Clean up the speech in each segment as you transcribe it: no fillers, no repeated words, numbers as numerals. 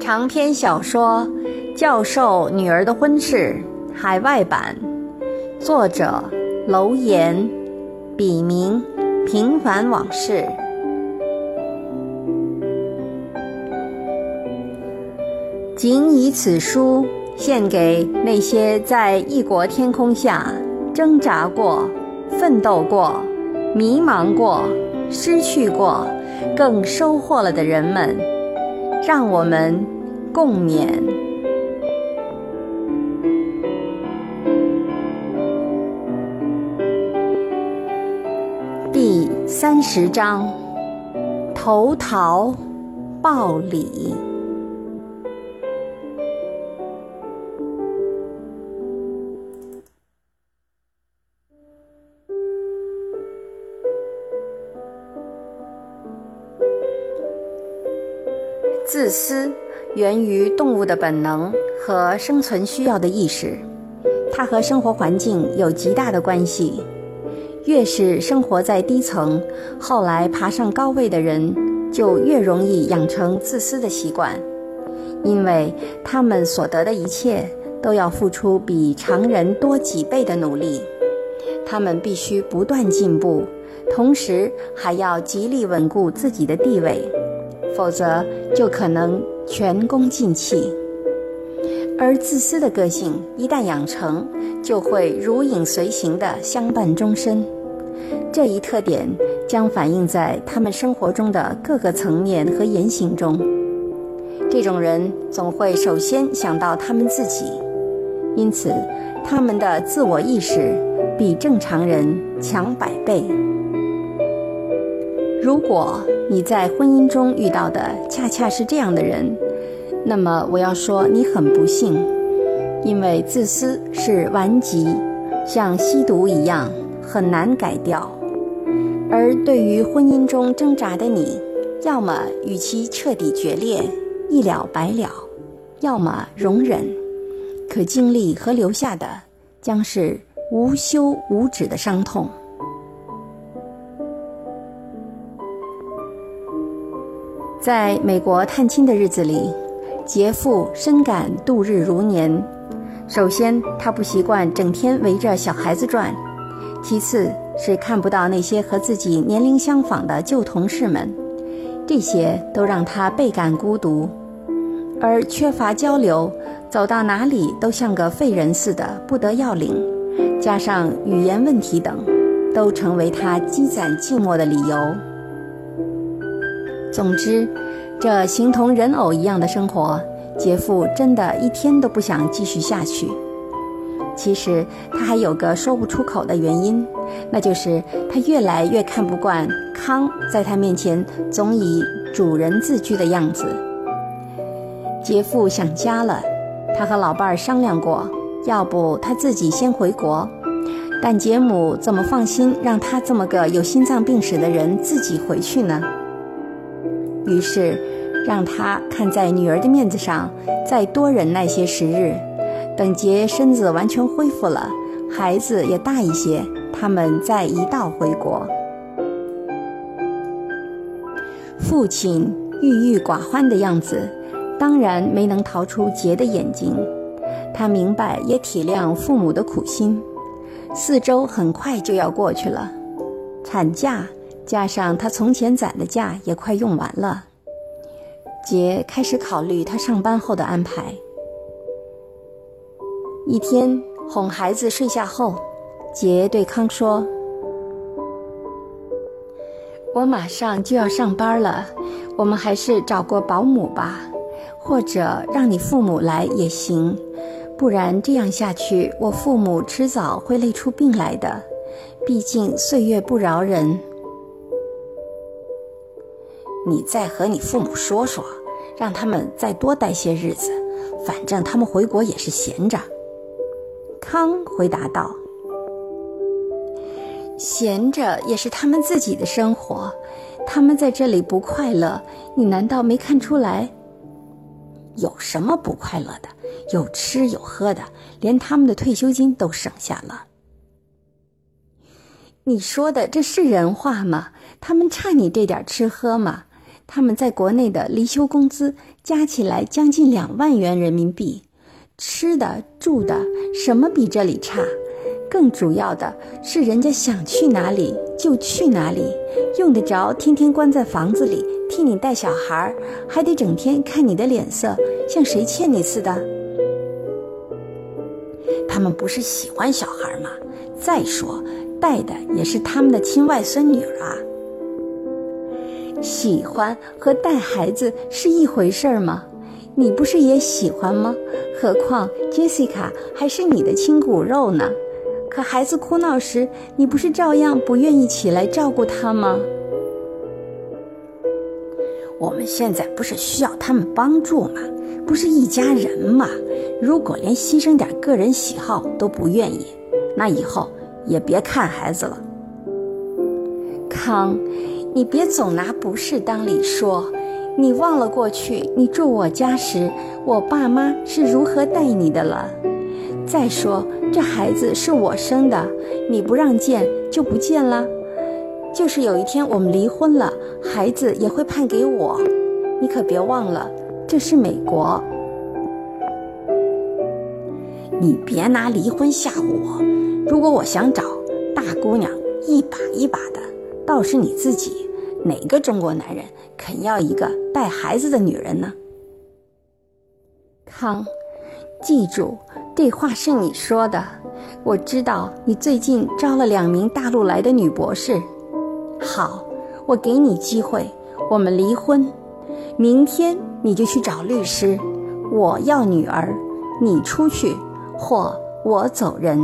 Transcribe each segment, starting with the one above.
长篇小说《教授女儿的婚事》海外版，作者楼岩，笔名平凡往事。仅以此书献给那些在异国天空下挣扎过、奋斗过、迷茫过、失去过，更收获了的人们，让我们共勉。第30章，投桃报李。自私源于动物的本能和生存需要的意识，它和生活环境有极大的关系。越是生活在低层，后来爬上高位的人，就越容易养成自私的习惯，因为他们所得的一切都要付出比常人多几倍的努力，他们必须不断进步，同时还要极力稳固自己的地位，否则就可能前功尽弃。而自私的个性一旦养成，就会如影随形地相伴终身。这一特点将反映在他们生活中的各个层面和言行中。这种人总会首先想到他们自己，因此他们的自我意识比正常人强100倍。如果你在婚姻中遇到的恰恰是这样的人，那么我要说你很不幸，因为自私是顽疾，像吸毒一样很难改掉。而对于婚姻中挣扎的你，要么与其彻底决裂一了百了，要么容忍，可经历和留下的将是无休无止的伤痛。在美国探亲的日子里，杰父深感度日如年。首先，他不习惯整天围着小孩子转；其次是看不到那些和自己年龄相仿的旧同事们，这些都让他倍感孤独。而缺乏交流，走到哪里都像个废人似的不得要领，加上语言问题等，都成为他积攒寂寞的理由。总之，这形同人偶一样的生活，杰父真的一天都不想继续下去。其实他还有个说不出口的原因，那就是他越来越看不惯康在他面前总以主人自居的样子。杰父想家了，他和老伴儿商量过，要不他自己先回国，但杰母怎么放心让他这么个有心脏病史的人自己回去呢？于是让他看在女儿的面子上再多忍耐些时日，等杰身子完全恢复了，孩子也大一些，他们再一道回国。父亲郁郁寡欢的样子当然没能逃出杰的眼睛，他明白也体谅父母的苦心。4周很快就要过去了，产假加上他从前攒的假也快用完了。杰开始考虑他上班后的安排。一天哄孩子睡下后，杰对康说：“我马上就要上班了，我们还是找个保姆吧，或者让你父母来也行，不然这样下去，我父母迟早会累出病来的，毕竟岁月不饶人。”你再和你父母说说，让他们再多待些日子，反正他们回国也是闲着。康回答道：“闲着也是他们自己的生活，他们在这里不快乐，你难道没看出来？有什么不快乐的？有吃有喝的，连他们的退休金都省下了。”你说的这是人话吗？他们差你这点吃喝吗？ 他们在国内的离休工资加起来将近2万元人民币，吃的住的什么比这里差？更主要的是人家想去哪里就去哪里，用得着天天关在房子里替你带小孩，还得整天看你的脸色，像谁欠你似的。他们不是喜欢小孩吗？再说带的也是他们的亲外孙女啊。喜欢和带孩子是一回事吗？你不是也喜欢吗？何况 Jessica 还是你的亲骨肉呢。可孩子哭闹时，你不是照样不愿意起来照顾他吗？我们现在不是需要他们帮助吗？不是一家人吗？如果连牺牲点个人喜好都不愿意，那以后也别看孩子了。康，你别总拿不是当理说，你忘了过去你住我家时，我爸妈是如何待你的了。再说这孩子是我生的，你不让见就不见了。就是有一天我们离婚了，孩子也会判给我，你可别忘了，这是美国。你别拿离婚吓唬我，如果我想找大姑娘一把一把的，倒是你自己，哪个中国男人肯要一个带孩子的女人呢？康，记住，这话是你说的。我知道你最近招了2名大陆来的女博士。好，我给你机会，我们离婚，明天你就去找律师，我要女儿，你出去，或我走人。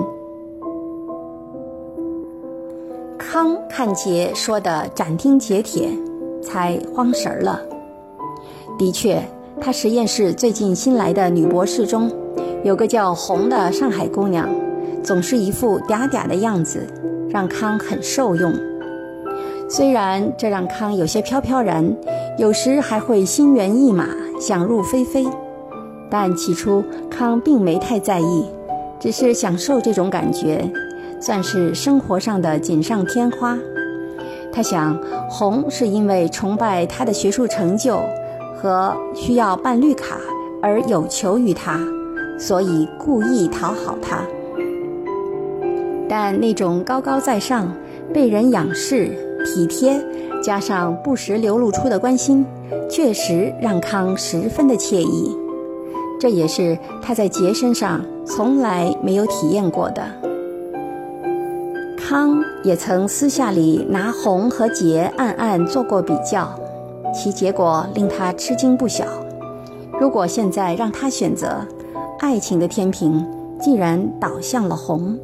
康看杰说的斩钉截铁，才慌神了。的确，他实验室最近新来的女博士中，有个叫红的上海姑娘，总是一副嗲嗲的样子，让康很受用。虽然这让康有些飘飘然，有时还会心猿意马，想入非非，但起初康并没太在意，只是享受这种感觉，算是生活上的锦上添花。他想，红是因为崇拜他的学术成就和需要办绿卡而有求于他，所以故意讨好他。但那种高高在上、被人仰视、体贴，加上不时流露出的关心，确实让康十分的惬意。这也是他在杰身上从来没有体验过的。康也曾私下里拿红和杰暗暗做过比较，其结果令他吃惊不小。如果现在让他选择，爱情的天平竟然倒向了红。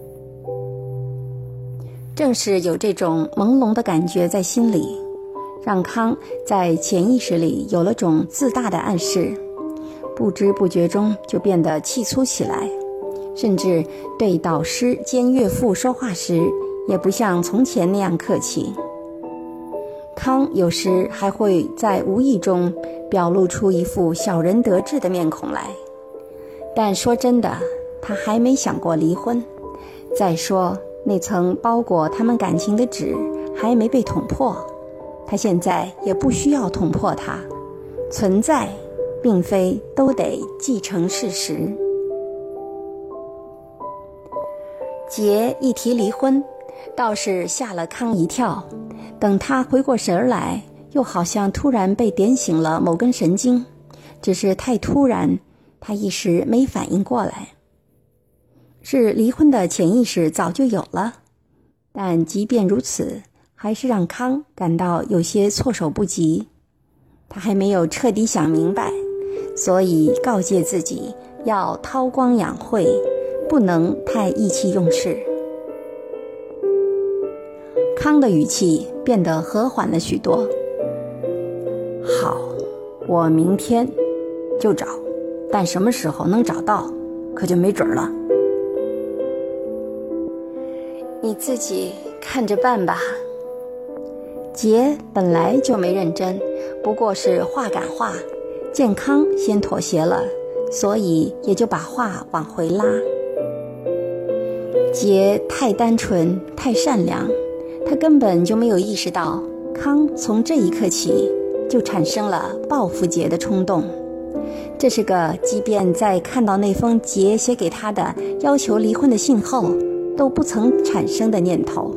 正是有这种朦胧的感觉在心里，让康在潜意识里有了种自大的暗示，不知不觉中就变得气粗起来，甚至对导师兼岳父说话时也不像从前那样客气。康有时还会在无意中表露出一副小人得志的面孔来，但说真的，他还没想过离婚。再说那层包裹他们感情的纸还没被捅破，他现在也不需要捅破它，存在并非都得既成事实。杰一提离婚，倒是吓了康一跳，等他回过神来，又好像突然被点醒了某根神经，只是太突然，他一时没反应过来。是离婚的潜意识早就有了，但即便如此，还是让康感到有些措手不及。他还没有彻底想明白，所以告诫自己要韬光养晦，不能太意气用事。康的语气变得和缓了许多。好，我明天就找，但什么时候能找到，可就没准了。你自己看着办吧。杰本来就没认真，不过是话赶话，见康先妥协了，所以也就把话往回拉。杰太单纯太善良，他根本就没有意识到康从这一刻起就产生了报复杰的冲动。这是个即便在看到那封杰写给他的要求离婚的信后都不曾产生的念头。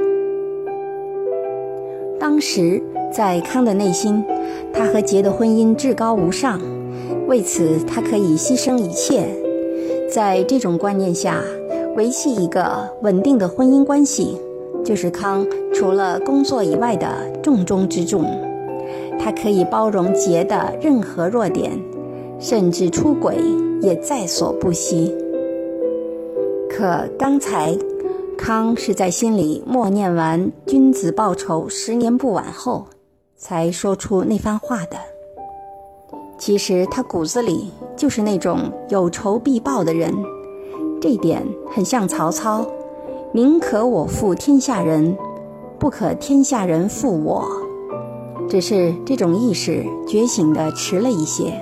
当时在康的内心，他和杰的婚姻至高无上，为此他可以牺牲一切。在这种观念下，维系一个稳定的婚姻关系，就是康除了工作以外的重中之重。他可以包容杰的任何弱点，甚至出轨也在所不惜。可刚才康是在心里默念完君子报仇10年不晚后才说出那番话的。其实他骨子里就是那种有仇必报的人，这点很像曹操，宁可我负天下人，不可天下人负我。只是这种意识觉醒的迟了一些。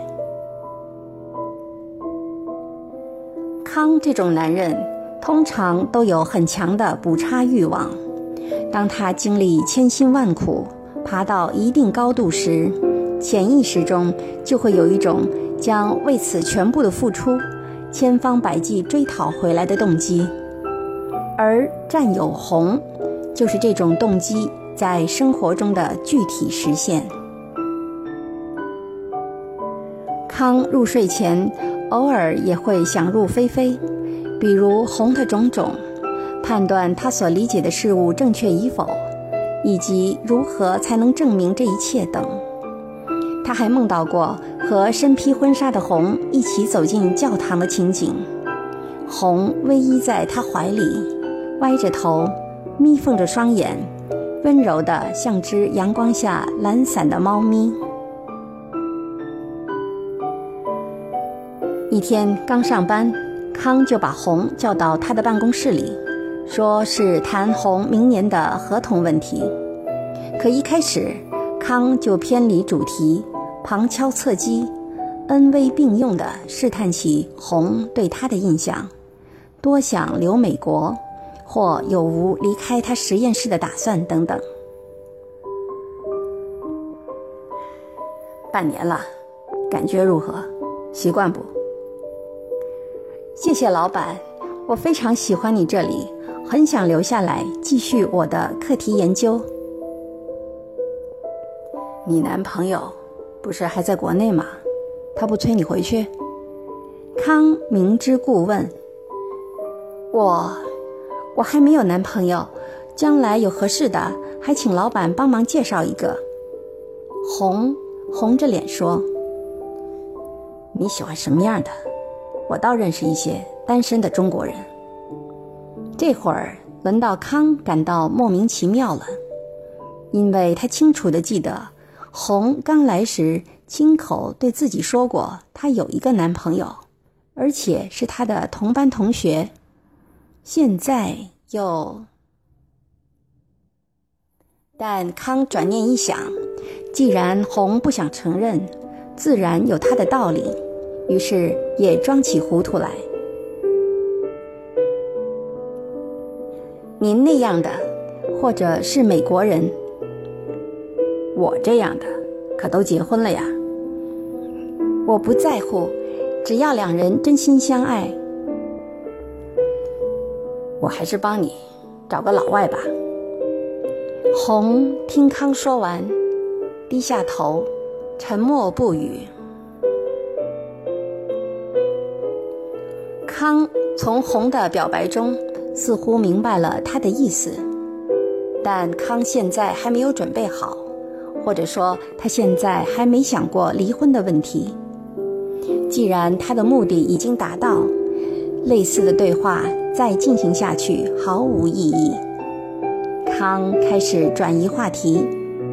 康这种男人通常都有很强的捕叉欲望，当他经历千辛万苦爬到一定高度时，潜意识中就会有一种将为此全部的付出千方百计追讨回来的动机，而占有红就是这种动机在生活中的具体实现。康入睡前偶尔也会想入非非，比如红的种种，判断他所理解的事物正确与否，以及如何才能证明这一切等。他还梦到过和身披婚纱的红一起走进教堂的情景，红偎依在他怀里，歪着头，眯缝着双眼，温柔地像只阳光下懒散的猫咪。一天刚上班，康就把红叫到他的办公室里，说是谈红明年的合同问题。可一开始康就偏离主题，旁敲侧击，恩威并用地试探起红对他的印象，多想留美国，或有无离开他实验室的打算等等。半年了，感觉如何？习惯不？谢谢老板，我非常喜欢你这里，很想留下来继续我的课题研究。你男朋友不是还在国内吗？他不催你回去？康明知故问。我还没有男朋友，将来有合适的，还请老板帮忙介绍一个。红着脸说。你喜欢什么样的？我倒认识一些单身的中国人。这会儿轮到康感到莫名其妙了，因为他清楚地记得红刚来时亲口对自己说过她有一个男朋友，而且是他的同班同学。现在又……但康转念一想，既然红不想承认，自然有他的道理，于是也装起糊涂来。您那样的，或者是美国人，我这样的可都结婚了呀。我不在乎，只要两人真心相爱。我还是帮你找个老外吧。红听康说完，低下头，沉默不语。康从红的表白中似乎明白了他的意思，但康现在还没有准备好，或者说他现在还没想过离婚的问题。既然他的目的已经达到，类似的对话再进行下去毫无意义。康开始转移话题。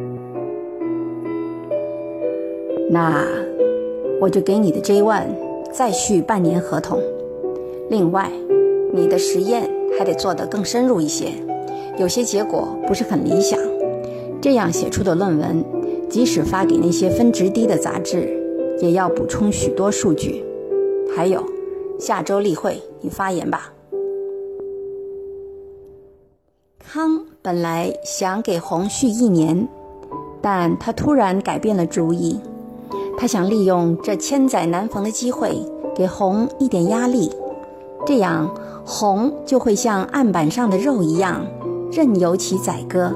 那我就给你的 J1 再续半年合同。另外，你的实验还得做得更深入一些，有些结果不是很理想。这样写出的论文，即使发给那些分值低的杂志，也要补充许多数据。还有，下周例会你发言吧。康本来想给红续1年， 但他突然改变了主意，他想利用这千载难逢的机会给红一点压力，这样红就会像案板上的肉一样任由其宰割。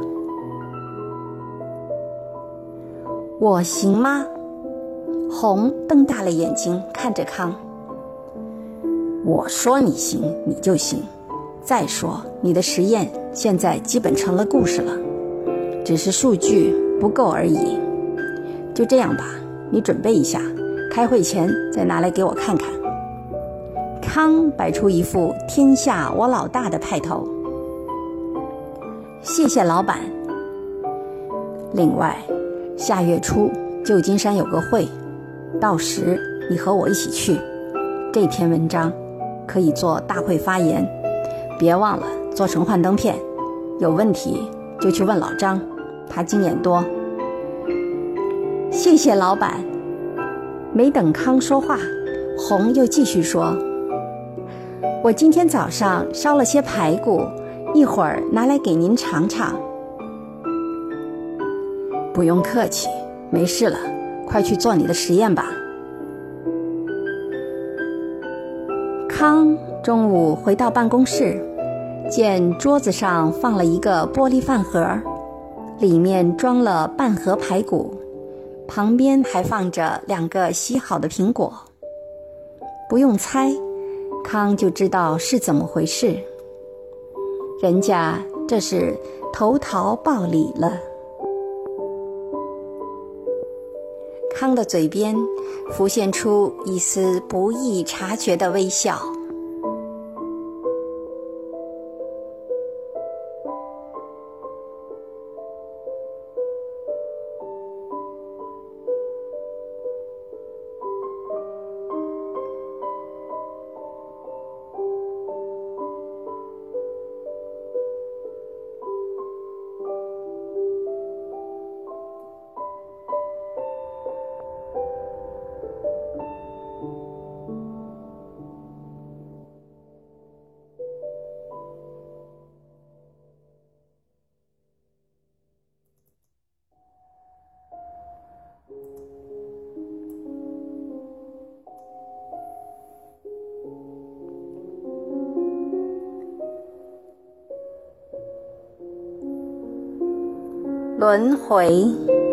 我行吗？红瞪大了眼睛看着康。我说你行你就行，再说你的实验现在基本成了故事了，只是数据不够而已。就这样吧，你准备一下，开会前再拿来给我看看。康摆出一副天下我老大的派头。谢谢老板。另外，下月初旧金山有个会，到时你和我一起去。这篇文章可以做大会发言，别忘了做成幻灯片。有问题就去问老张，他经验多。谢谢老板。没等康说话，红又继续说，我今天早上烧了些排骨，一会儿拿来给您尝尝。不用客气，没事了，快去做你的实验吧。康中午回到办公室，见桌子上放了一个玻璃饭盒，里面装了半盒排骨，旁边还放着2个洗好的苹果。不用猜，康就知道是怎么回事。人家这是投桃报李了。康的嘴边浮现出一丝不易察觉的微笑。轮回。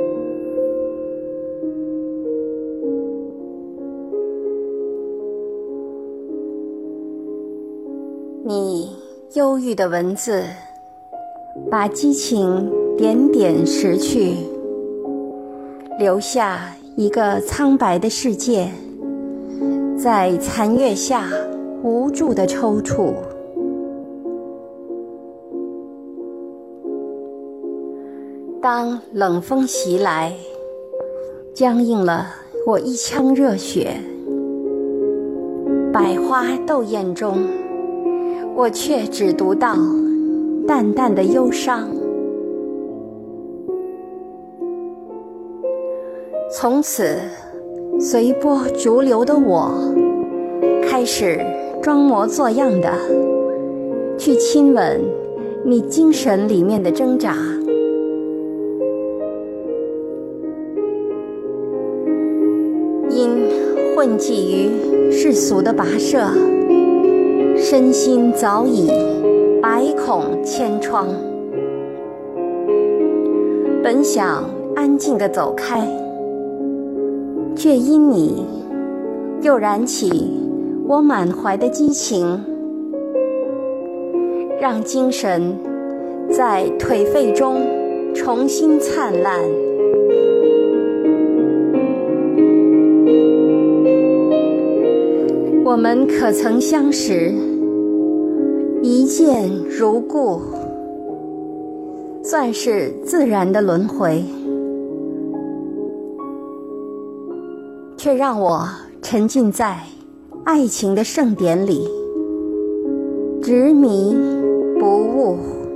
你忧郁的文字，把激情点点拾去，留下一个苍白的世界，在残月下无助的抽搐。当冷风袭来，僵硬了我一腔热血，百花斗艳中，我却只读到淡淡的忧伤。从此随波逐流的我，开始装模作样的去亲吻你精神里面的挣扎。因混迹于世俗的跋涉，身心早已百孔千疮。本想安静地走开，却因你又燃起我满怀的激情，让精神在颓废中重新灿烂。我们可曾相识，一见如故，算是自然的轮回，却让我沉浸在爱情的盛典里，执迷不悟。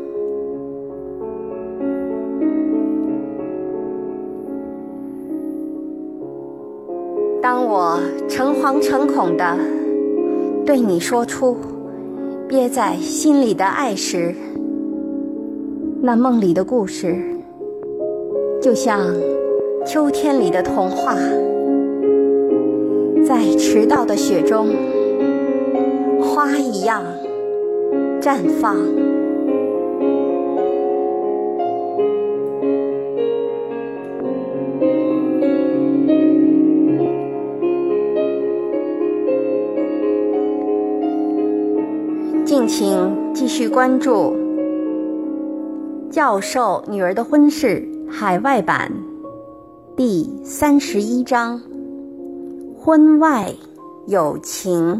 当我诚惶诚恐地对你说出憋在心里的爱时，那梦里的故事就像秋天里的童话，在迟到的雪中，花一样绽放。敬请继续关注教授女儿的婚事海外版第31章，婚外有情。